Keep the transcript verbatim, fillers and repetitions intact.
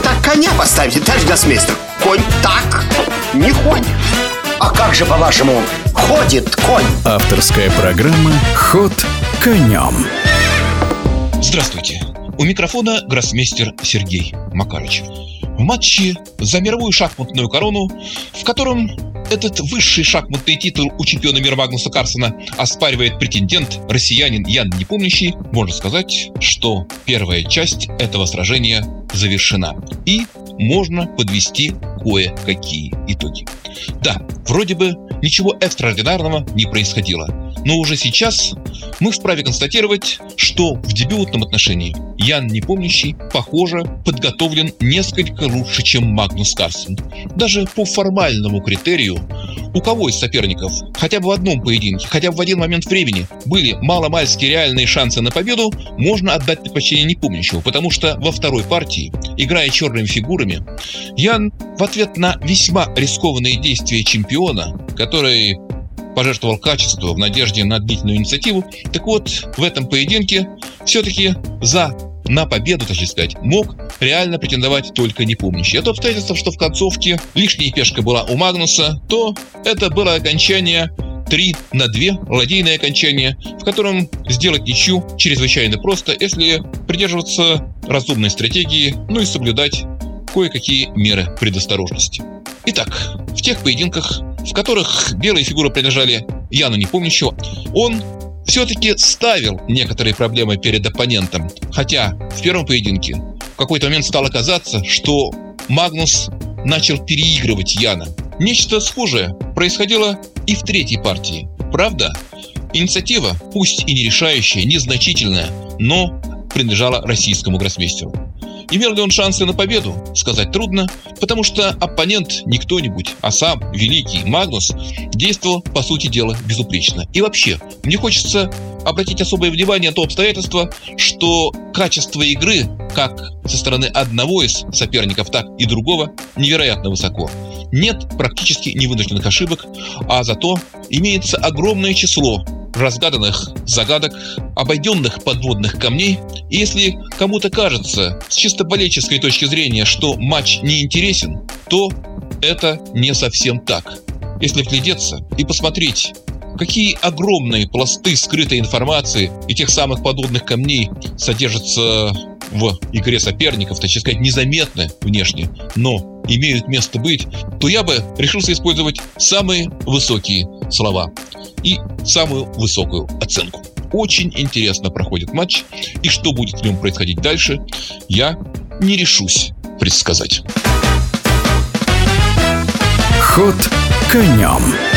так коня поставите, товарищ гроссмейстер? Конь так не ходит. А как же, по-вашему, ходит конь? Авторская программа «Ход конем». Здравствуйте. У микрофона гроссмейстер Сергей Макарыч. В матче за мировую шахматную корону, в котором этот высший шахматный титул у чемпиона мира Магнуса Карлсена оспаривает претендент, россиянин Ян Непомнящий, можно сказать, что первая часть этого сражения завершена. И можно подвести кое-какие итоги. Да, вроде бы ничего экстраординарного не происходило, но уже сейчас мы вправе констатировать, что в дебютном отношении Ян Непомнящий, похоже, подготовлен несколько лучше, чем Магнус Карлсен. Даже по формальному критерию, у кого из соперников хотя бы в одном поединке, хотя бы в один момент времени были маломальски реальные шансы на победу, можно отдать предпочтение Непомнящему, потому что во второй партии, играя черными фигурами, Ян в ответ на весьма рискованные действия чемпиона, который пожертвовал качество в надежде на длительную инициативу, так вот, в этом поединке все-таки за на победу, так сказать, мог реально претендовать только Непомнящий. Это обстоятельство, что в концовке лишняя пешка была у Магнуса, то это было окончание три на два, ладейное окончание, в котором сделать ничью чрезвычайно просто, если придерживаться разумной стратегии, ну и соблюдать кое-какие меры предосторожности. Итак, в тех поединках, в которых белые фигуры принадлежали Яну Непомнящему, он все-таки ставил некоторые проблемы перед оппонентом. Хотя в первом поединке в какой-то момент стало казаться, что Магнус начал переигрывать Яна. Нечто схожее происходило и в третьей партии. Правда, инициатива, пусть и не решающая, незначительная, но принадлежала российскому гроссмейстеру. Имел ли он шансы на победу, сказать трудно, потому что оппонент не кто-нибудь, а сам великий Магнус действовал, по сути дела, безупречно. И вообще, мне хочется обратить особое внимание на то обстоятельство, что качество игры, как со стороны одного из соперников, так и другого, невероятно высоко. Нет практически невынужденных ошибок, а зато имеется огромное число разгаданных загадок, обойденных подводных камней. И если кому-то кажется с чисто болельческой точки зрения, что матч не интересен, то это не совсем так. Если вглядеться и посмотреть, какие огромные пласты скрытой информации и тех самых подводных камней содержатся в игре соперников, так сказать, незаметны внешне, но имеют место быть, то я бы решился использовать самые высокие слова и самую высокую оценку. Очень интересно проходит матч, и что будет в нем происходить дальше, я не решусь предсказать. Ход конем.